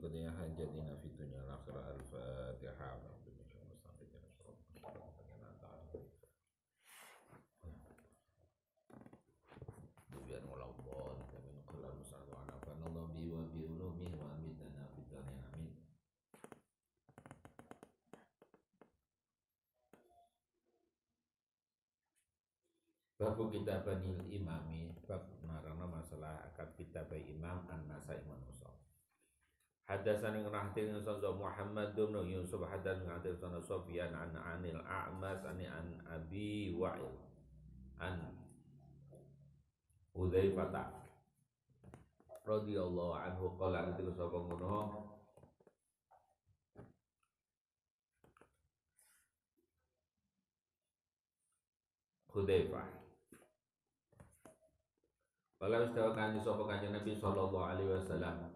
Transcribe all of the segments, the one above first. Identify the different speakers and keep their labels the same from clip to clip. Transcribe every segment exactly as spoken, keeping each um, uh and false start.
Speaker 1: قضي حاجتنا في الدنيا والآخرة. الفاتحة. Biar mulawon kami nukulan musadu ala fanallah bi wa bi ulumih wa amitana fitani amin. Babu kitabanil imami, bab narana masalah akad kitabai imam an-Nasai manusab. Hadatsani ngrahtin sanza Muhammad bin Yusuf hadan ngatir sana Sufyan an Anil A'mas ani an Abi Wa'il an Hudzaifah radhiyallahu anhu qala ketika sapa ngono Hudzaifah Kala istawa kanjeng sapa kanjeng Nabi sallallahu alaihi wasallam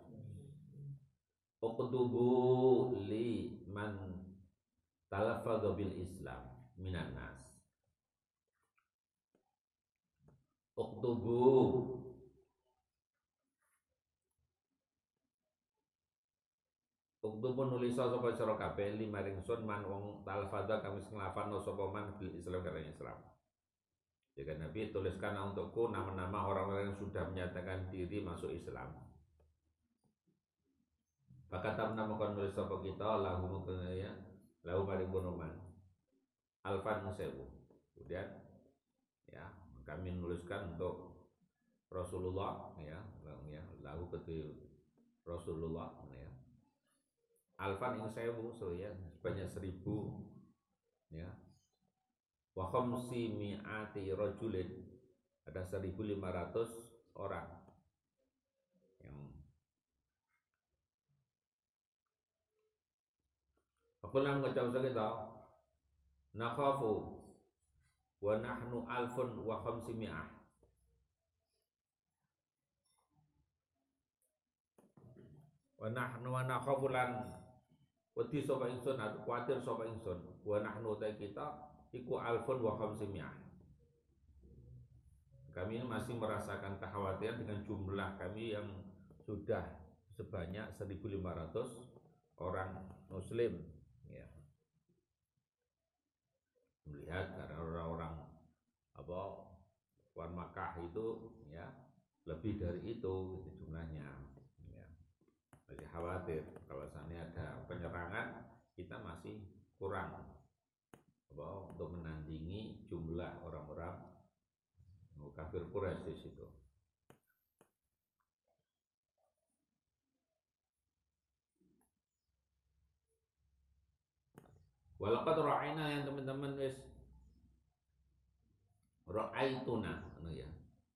Speaker 1: uqtubu li man talafadha bil Islam minan nas. Uqtubu Uqtubu nulis sapa sira kabeh li maring sun man wong talafadha kami nglafalno sapa man bil Islam karena Islam. Jika Nabi tuliskan untukku nama-nama orang-orang yang sudah menyatakan diri masuk Islam. Maka tam nama kon nulis sapa kita lahu ya lahu maring gunuman alfan sewu. Kemudian ya kami menuliskan untuk Rasulullah ya ya lahu ketu Rasulullah ya alfan ing sewu so ya sebanyak seribu ya wa khamsi mi'ati rajulin ada seribu lima ratus orang yang aku nang ngucap kita nakhafu wa nahnu alfun wa khamsi mi'ah wa nahnu wa nakhafu lan wedi sapa ingsun atau kuatir sapa ingsun wa nahnu ta kita iku alfun wa khamsi mi'ah. Kami ini masih merasakan kekhawatiran dengan jumlah kami yang sudah sebanyak seribu lima ratus orang muslim ya. Melihat karena orang-orang apa Wan Makkah itu ya lebih dari itu jumlahnya ya. Masih khawatir kalau seandainya ada penyerangan kita masih kurang apa untuk menandingi jumlah orang-orang kafir Quraisy di situ. Walaqad ra'ayna yang teman-teman wis ra'aituna anu ya.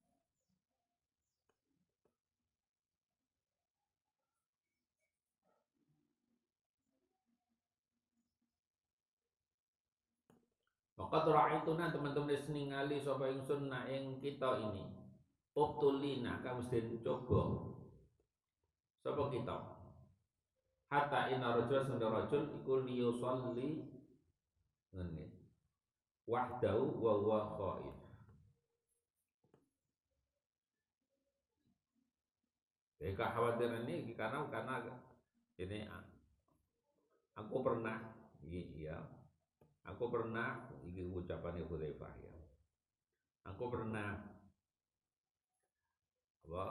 Speaker 1: Waqad ra'aituna teman-teman wis ningali sapa ingsun nak ing kita ini. Uktulina kang mesti coba. Sapa kita? Hatta inna rajul sanda rajul iku liyusalli ngene. Wahdahu wa huwa khaif. Ya kekhawatiran ini karena karena ini aku pernah iya aku pernah ini ucapan Hudzaifah ya. Aku pernah apa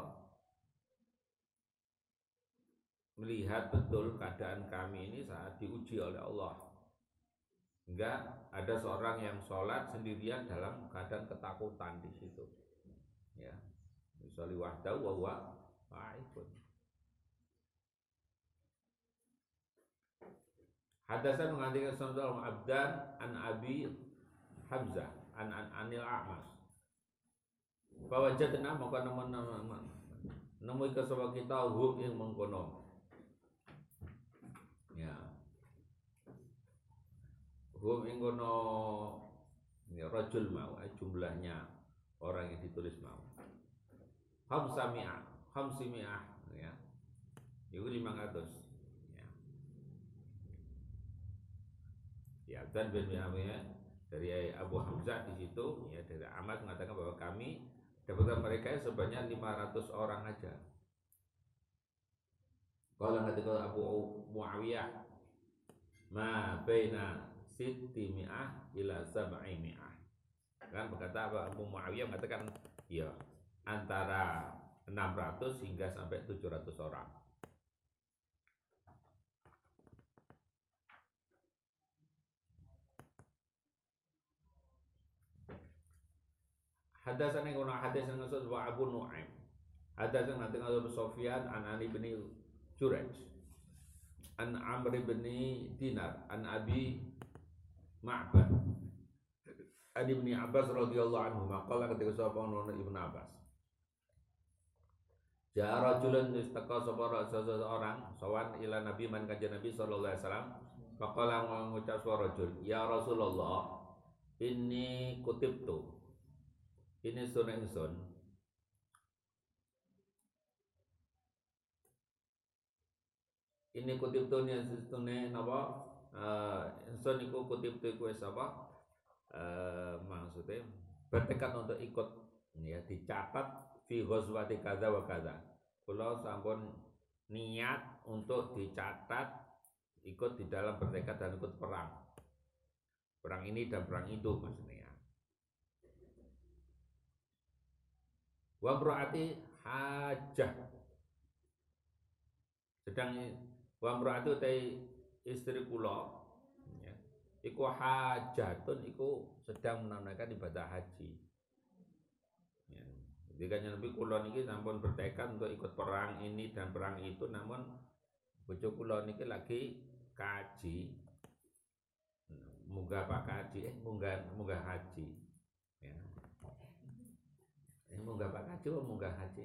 Speaker 1: melihat betul keadaan kami ini saat diuji oleh Allah. Hingga ada seorang yang sholat sendirian dalam keadaan ketakutan di situ. Ya. Sholli wahdahu wa huwa qa'imun. Hadasan mengatakan sallallahu abdan an Abi Hamzah an an Anil A'mas. Fawajadna maka nemu nemu kesapa kita hum yang mengkono. Ya. Hum ing kono ya rajul mau jumlahnya orang yang ditulis mau. Khamsami'ah, khamsimi'ah ya. Itu lima ratus. Ya, dan bin Muawiyah dari Abu Hamzah di situ ya dari Ahmad mengatakan bahwa kami dapatkan mereka sebanyak lima ratus orang aja. Qala ketika Abu Muawiyah ma baina sitti mi'ah ila sab'i mi'ah. Kan berkata Abu Muawiyah mengatakan ya antara enam ratus hingga sampai tujuh ratus orang. Hadatsana kuna hadatsana wa Abu Nu'aim. Hadatsana nanti Abu Sufyan an Ali bin Jurayj an Amr bin Dinar an Abi Ma'bad an Ibnu Abbas radhiyallahu anhu maqala ketika sahabat Ibnu Abbas ja rajulun istaka sapa seseorang sawan ila Nabi man kanjeng Nabi sallallahu alaihi wasallam maqala ngucap suara rajul ya Rasulullah ini kutibtu ini sun ingsun ini kutibtu ni sunne napa ingsun iku kutibtu iku wis apa maksudnya bertekad untuk ikut ya dicatat fi ghazwati kaza wa kaza. Kula sampun niat untuk dicatat ikut di dalam bertekad dan ikut perang. Perang ini dan perang itu maksudnya. Wa berarti hajah. Sedang wa berarti utai istri kula ya. Iku hajatun iku sedang menunaikan ibadah haji. Ya. Jadi kan Nabi kula niki sampun bertekad untuk ikut perang ini dan perang itu, namun bojo kula niki lagi kaji. Munggah Pak kaji, eh munggah munggah haji. Ya. Eh munggah Pak kaji atau munggah haji?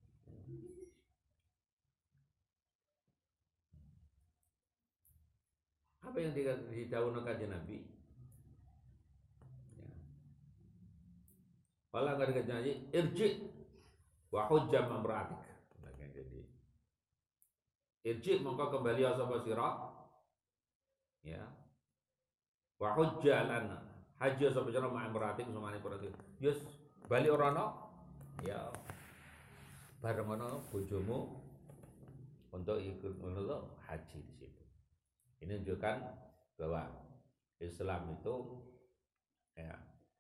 Speaker 1: Apa yang didhawuhna kanjeng Nabi? Ya. Wala enggak dikaji irji wa hujjam amratik. Nah, jadi irji mongko kembali sapa sira ya wa hujjalan haji sapa sira ma amratik sumane pratik yus bali ora ana ya bareng ana bojomu untuk ikut untuk haji di situ. Ini menunjukkan bahwa Islam itu ya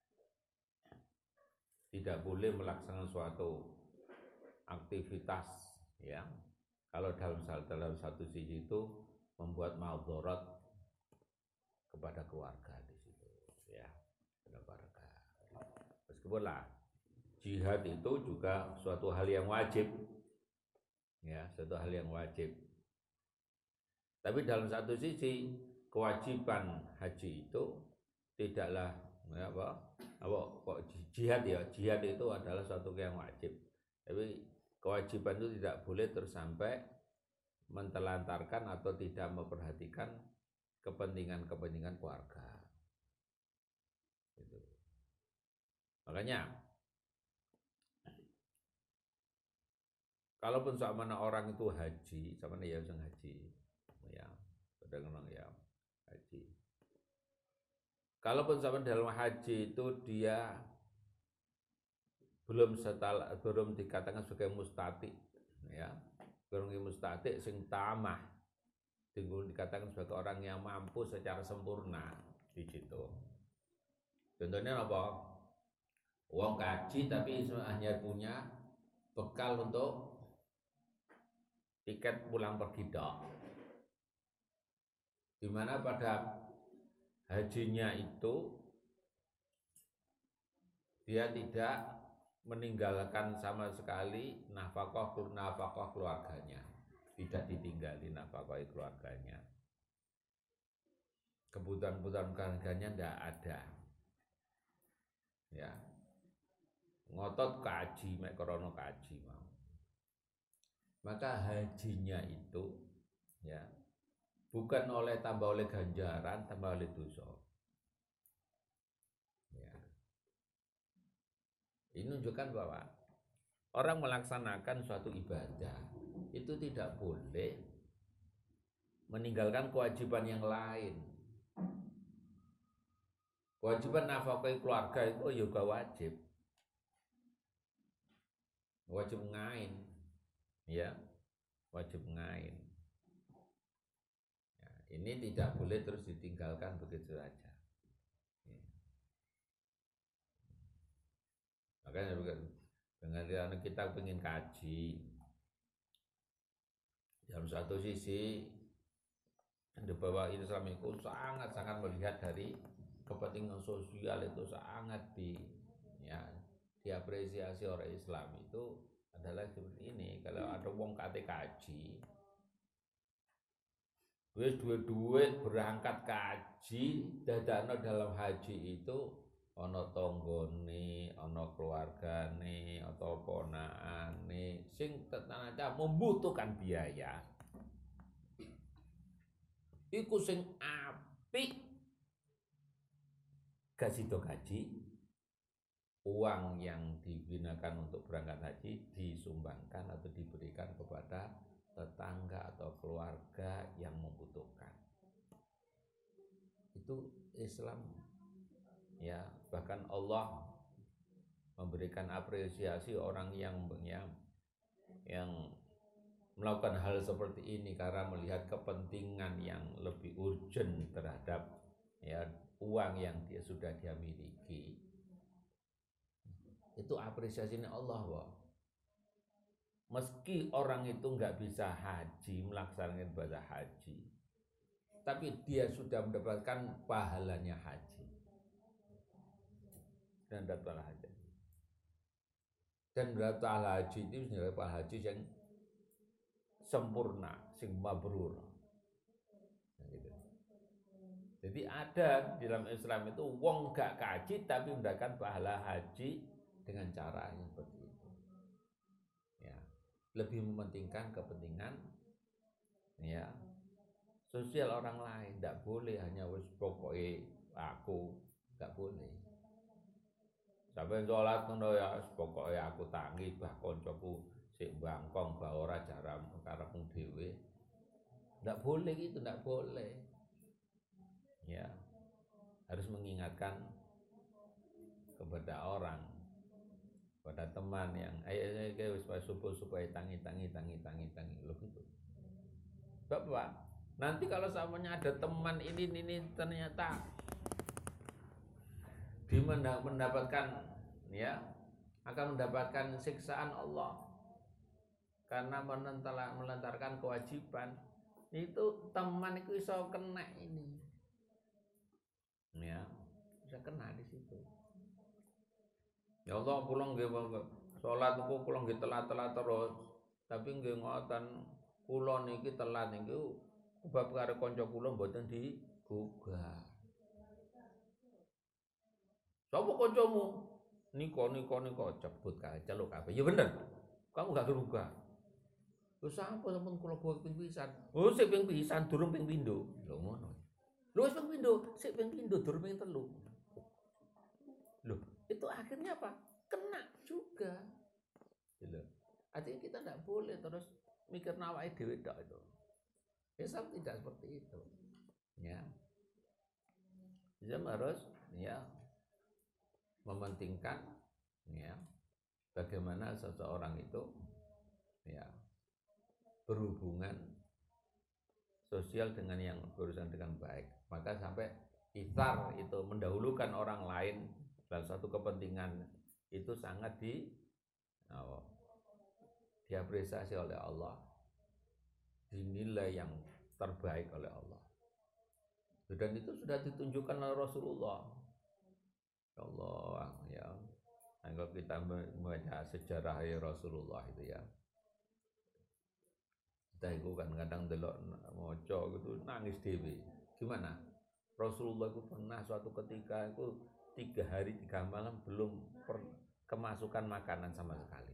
Speaker 1: tidak boleh melaksanakan suatu aktivitas ya kalau dalam dalam satu sisi itu membuat maldharat kepada keluarga di situ ya keluarga. Meskipun lah jihad itu juga suatu hal yang wajib ya suatu hal yang wajib. Tapi dalam satu sisi kewajiban haji itu tidaklah ya apa apa kok jihad ya jihad itu adalah suatu yang wajib. Tapi kewajiban itu tidak boleh terus sampai mentelantarkan atau tidak memperhatikan kepentingan-kepentingan keluarga. Gitu. Makanya kalaupun sama orang itu haji, sama ya yang haji, ya, kadang-kadang ya haji. Kalaupun sama dalam haji itu dia belum setal, belum dikatakan sebagai mustati, ya, belum mustati, sing tamah, tinggal dikatakan sebagai orang yang mampu secara sempurna di situ. Contohnya apa? Uang kaji tapi hanya punya bekal untuk tiket pulang pergi dok. Dimana pada hajinya itu dia tidak meninggalkan sama sekali nafkah nafkah keluarganya, tidak ditinggali nafkah keluarganya, kebutuhan-kebutuhan keluarganya tidak ada, ya ngotot kaji, mek krono kaji mau, maka hajinya itu ya bukan oleh tambah oleh ganjaran, tambah oleh dosa. Ya. Ini menunjukkan bahwa orang melaksanakan suatu ibadah itu tidak boleh meninggalkan kewajiban yang lain. Kewajiban nafkah keluarga itu juga wajib. Wajib ngain. Ya. Wajib ngain. ini tidak boleh terus ditinggalkan begitu saja. Ya. Makanya dengan kita ingin kaji, dalam satu sisi di bawah Islam itu sangat-sangat melihat dari kepentingan sosial itu sangat di ya diapresiasi oleh Islam itu adalah seperti ini. Kalau ada wong kate kaji wis duwe-duwe berangkat kaji dadakno dalam haji itu ana tanggane, ana keluargane, atau ponakane sing ternyata membutuhkan biaya. Iku sing apik gak sido haji, uang yang digunakan untuk berangkat haji disumbangkan atau diberikan kepada tetangga atau keluarga yang membutuhkan. Itu Islam ya. Bahkan Allah memberikan apresiasi orang yang yang, yang melakukan hal seperti ini karena melihat kepentingan yang lebih urgent terhadap ya uang yang dia sudah dia miliki. Itu apresiasinya Allah, wah. Meski orang itu nggak bisa haji, melaksanakan ibadah haji, tapi dia sudah mendapatkan pahalanya haji dan dapat haji. Dan dapat haji itu sebenarnya pahala haji yang sempurna, sing mabrur. Nah, gitu. Jadi ada di dalam Islam itu wong gak kaji tapi mendapatkan pahala haji dengan cara yang seperti itu. Ya, lebih mementingkan kepentingan ya sosial orang lain. Tidak boleh hanya wis pokoknya aku, tidak boleh. Sampai sholat ngono ya pokoknya aku tangi bah koncoku sik bangkong bah ora jaram karepmu dhewe. Ndak boleh gitu, ndak boleh. Ya. Harus mengingatkan kepada orang, kepada teman yang ayo ayo wis subuh supaya tangi tangi tangi tangi tangi lo gitu. Bapak, nanti kalau samanya ada teman ini ini ternyata dia mendapatkan ya akan mendapatkan siksaan Allah karena melentarkan kewajiban, itu teman itu bisa kena ini ya, bisa kena di situ. Ya Allah pulang nggih salat niku kula nggih telat-telat terus, tapi nggih ngoten kula niki telat niku sebab karo kanca kula mboten digugah. Sapa kancamu? Niko niko niko cebut kae celuk kabeh. Ya bener. Kamu gak gerugah. Lho sapa sampun kula gawe ping pisan? Oh sik ping pisan durung ping pindho. Lho ngono. Lho wis ping pindho, sik ping pindho durung ping telu. Loh, itu akhirnya apa? Kena juga. Gitu. Artinya kita tidak boleh terus mikir nawake dhewe tok itu. Islam tidak seperti itu. Ya. Islam harus ya mementingkan ya bagaimana seseorang itu ya berhubungan sosial dengan yang berurusan dengan baik. Maka sampai itsar itu mendahulukan orang lain dalam satu kepentingan itu sangat di oh, diapresiasi oleh Allah, dinilai yang terbaik oleh Allah. Dan itu sudah ditunjukkan oleh Rasulullah. Ya Allah, ya. Kalau kita membaca sejarah Rasulullah itu ya, kita itu kan kadang delok moco gitu nangis dewi. Gimana? Rasulullah itu pernah suatu ketika itu tiga hari tiga malam belum per, kemasukan makanan sama sekali.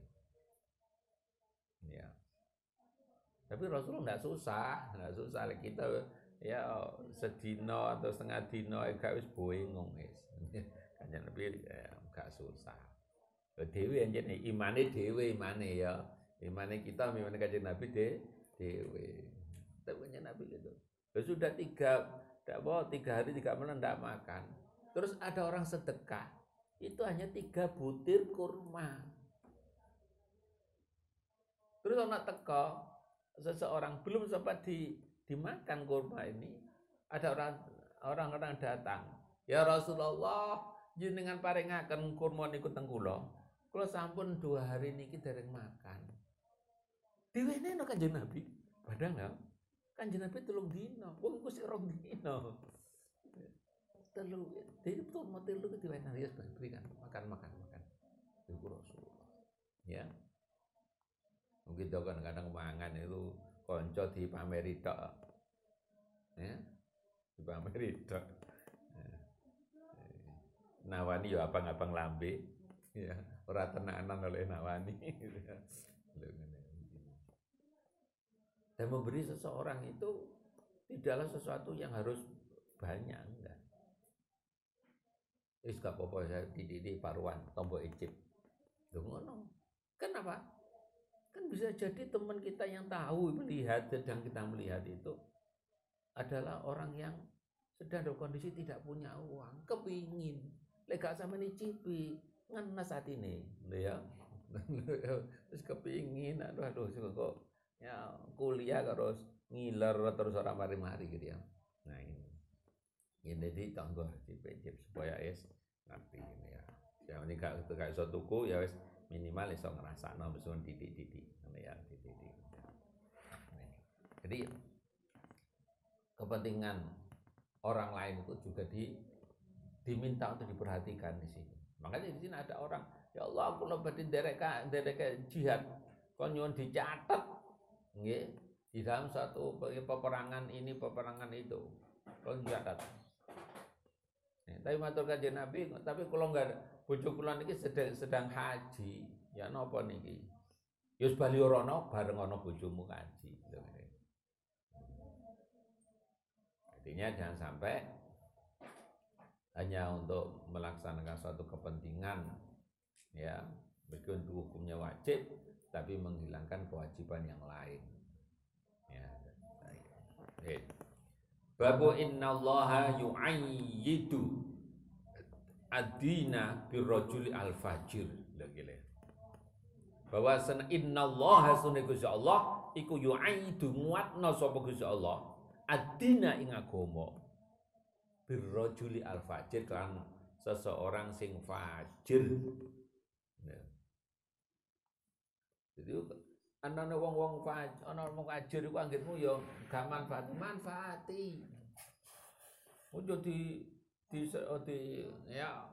Speaker 1: Ya. Tapi Rasulullah nggak susah, nggak susah. Kita ya sedino atau setengah dino gak wis boengong wis. Kanjeng Nabi ya, gak susah. Dewi anjen imane dewi imane ya. Imane kita imane Kanjeng Nabi de dewi. Tapi Nabi gitu. Ya sudah tiga tidak tiga hari tiga malam tidak makan. Terus ada orang sedekah. Itu hanya tiga butir kurma. Terus anak teko seseorang belum sempat di, dimakan kurma ini, Ada orang orang-orang datang, ya Rasulullah, jenengan paringaken kurma niku teng kula. Kula sampun dua hari niki dereng makan. Diwenehno Kanjeng Nabi. Padahal Kanjeng Nabi telung dino, wong iku sik rong dino. Telu, jadi betul mau telu itu diwenehi ya berikan makan makan makan. Iku Rasulullah. Ya. Mungkin kadang-kadang mangan itu konco dipameri tok. Ya. Dipameri tok. Nawani ya abang-abang lambe. Ya, ora tenanan oleh nawani. Dan memberi seseorang itu tidaklah sesuatu yang harus banyak, enggak. Wis gak apa-apa saya dididik paruan tombok icip. Lho ngono. Kenapa? Kan bisa jadi teman kita yang tahu melihat sedang kita melihat itu adalah orang yang sedang dalam kondisi tidak punya uang, kepingin lek gak sampe nyicipi ngenes atine lho ya. Terus kepingin aduh aduh kok ya kuliah terus ngiler terus ora mari-mari gitu ya. Nah ini. Ya jadi tanggo dipecip supaya es ngerti ini ya. Yang ini gak gak iso tuku ya wis minimal iso ngrasakno meskipun titik-titik ngene ya titik-titik. Jadi kepentingan orang lain itu juga di diminta untuk diperhatikan di sini. Makanya di sini ada orang, ya Allah aku lebatin derek derek jihad, kau nyuwun dicatat, nggih, di dalam satu peperangan ini peperangan itu, kau dicatat. Nah, tapi matur Kanjeng Nabi, tapi kalau enggak bojo kula niki sedang sedang haji, ya napa niki? Ya wis bali ora ana bareng ana bojomu haji. Artinya jangan sampai hanya untuk melaksanakan suatu kepentingan, ya, meskipun hukumnya wajib, tapi menghilangkan kewajiban yang lain. Ya, baik. Babu innallaha yu'ayyidu ad-dina birrajuli al-fajir. Bahwa innallaha sunna Gusti Allah iku yu'ayyidu nguatna sapa Gusti Allah ad-dina ing agama birrajuli al-fajir kan seseorang sing fajir. Ya. Jadi ana wong-wong fajir, ana wong fajir iku anggitmu ya gak manfaat, manfaati. Ojo di di di ya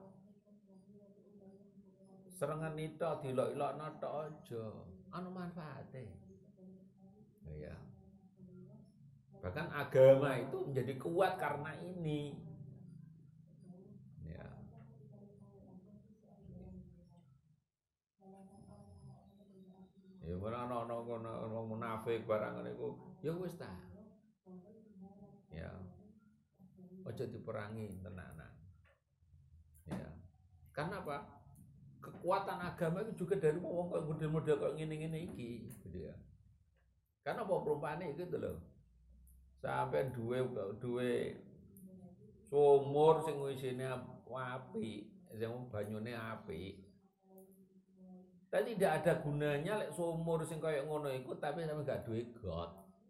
Speaker 1: serengan itu dilok-ilokno tok aja, ana manfaate. Ya. Bahkan agama itu menjadi kuat karena ini. Ya. Ya ora ana ana munafik barang niku, ya wis ta. Ya. Aja diperangi tenanan. Ya. Karena apa? Kekuatan agama itu juga dari wong kok model-model kok ngene-ngene iki, gitu ya. Karena apa perumpane gitu loh. Sampai duwe duwe sumur sing isine apik, sing banyune apik. Tapi tidak ada gunanya lek sumur sing kaya ngono iku tapi sampe gak duwe got.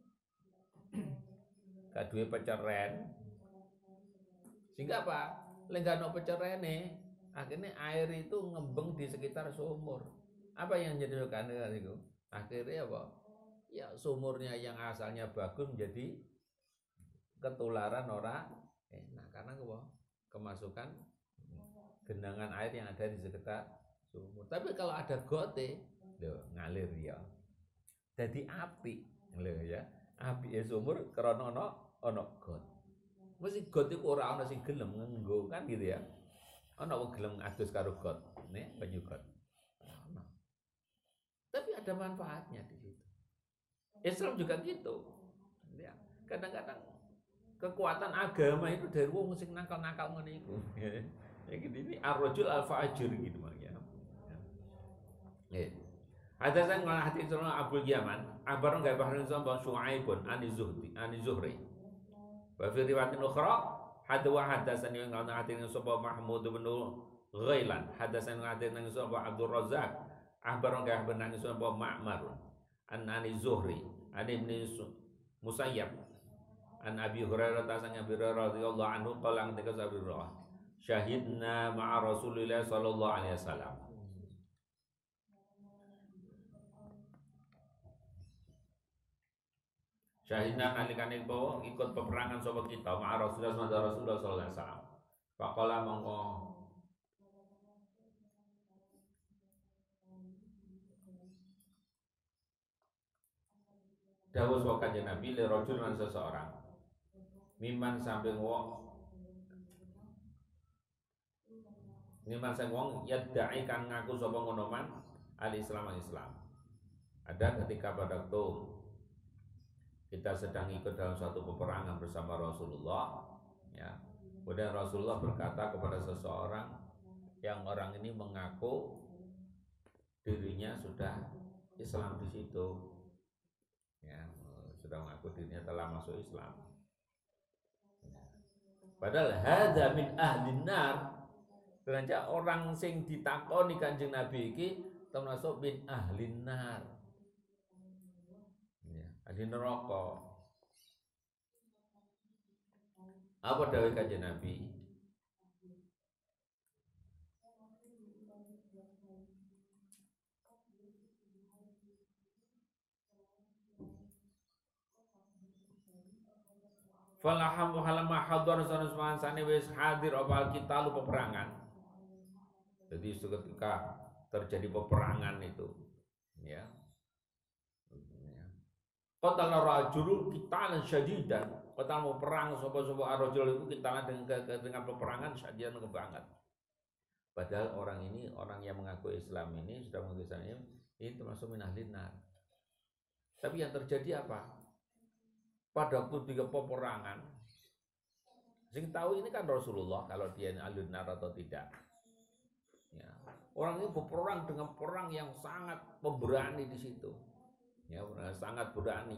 Speaker 1: Gak duwe peceren. Sehingga apa? Lek gak ono pecerene, akhirnya air itu ngembeng di sekitar sumur. Apa yang jadi karena itu? Akhirnya apa? Ya sumurnya yang asalnya bagus menjadi ketularan ora enak karena apa? Kemasukan genangan air yang ada di sekitar sumur. Tapi kalau ada gote, lho ngalir ya. Jadi api, lho ya. Api ya sumur karena ono ono got. Mesti got iku ora ana sing gelem ngenggo kan gitu ya. Ana wong gelem adus karo got, nih banyu got. Ana. Tapi ada manfaatnya di situ. Islam juga gitu. Ya, kadang-kadang kekuatan agama itu dari wong sing nakal-nakal ngene iku. Ya gitu ini ar-rajul al-fajir gitu maknya. Ya. Hadasan ngala hati surah Abdul Yaman, abaran gak bahrin sambang Syu'aibun ani Zuhri, ani Zuhri. Wa fi riwayatin ukhra hadwa hadasan yang ngala hati sapa Mahmud bin Ghailan, hadasan ngala hati sapa Abdul Razzaq, abaran gak benang sapa Ma'mar, an ani Zuhri, ani ibn Musayyab. An Abi Hurairah tasang Abi Hurairah radhiyallahu anhu qala ketika Abi Hurairah syahidna ma'a Rasulillah sallallahu alaihi wasallam. Syahidna nalikane bawa ikut peperangan sapa kita ma'a Rasulullah Rasulullah sallallahu alaihi wasallam. Faqala mongko dawuh sapa kanjeng Nabi li rajul lan seseorang miman samping wong miman samping wong yadda'i kan ngaku sapa ngono man al Islam al Islam. Ada ketika pada waktu kita sedang ikut dalam suatu peperangan bersama Rasulullah, ya. Kemudian Rasulullah berkata kepada seseorang yang orang ini mengaku dirinya sudah Islam di situ, ya, sudah mengaku dirinya telah masuk Islam. Padahal hadza min ahlin nar. Ternyata orang sing ditakoni Kanjeng Nabi iki termasuk min ahlin nar. Ya, ahli neraka. Apa dawuh Kanjeng Nabi? Falaham halama hadar sanes sane wis hadir apa kita lu peperangan. Jadi ketika terjadi peperangan itu, ya. Qatala rajul qitalan syadidan. Qatala mau perang sapa-sapa arrajul itu qitalan dengan dengan peperangan syadidan banget. Padahal orang ini, orang yang mengaku Islam ini sudah mengaku Islam ini, ini termasuk min ahlin nar. Tapi yang terjadi apa? Pada waktu tiga peperangan, sing tahu ini kan Rasulullah kalau dia ahlun nar atau tidak. Ya. Orang ini berperang dengan perang yang sangat pemberani di situ. Ya, sangat berani.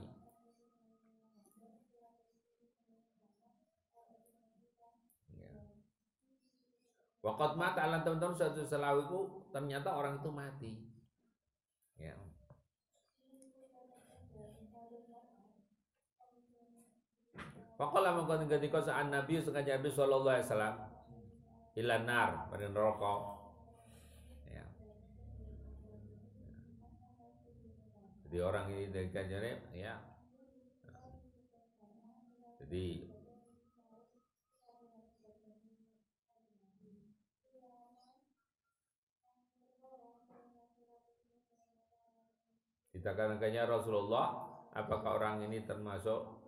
Speaker 1: Ya. Waqat mata alam teman-teman suatu selawiku ternyata orang itu mati. Ya. Faqala mangko ketika sa'an Nabi sengaja Nabi sallallahu alaihi wasallam ila nar pada neraka. Ya. Jadi orang ini dari kanjeng ya. Jadi kita katakannya Rasulullah, apakah orang ini termasuk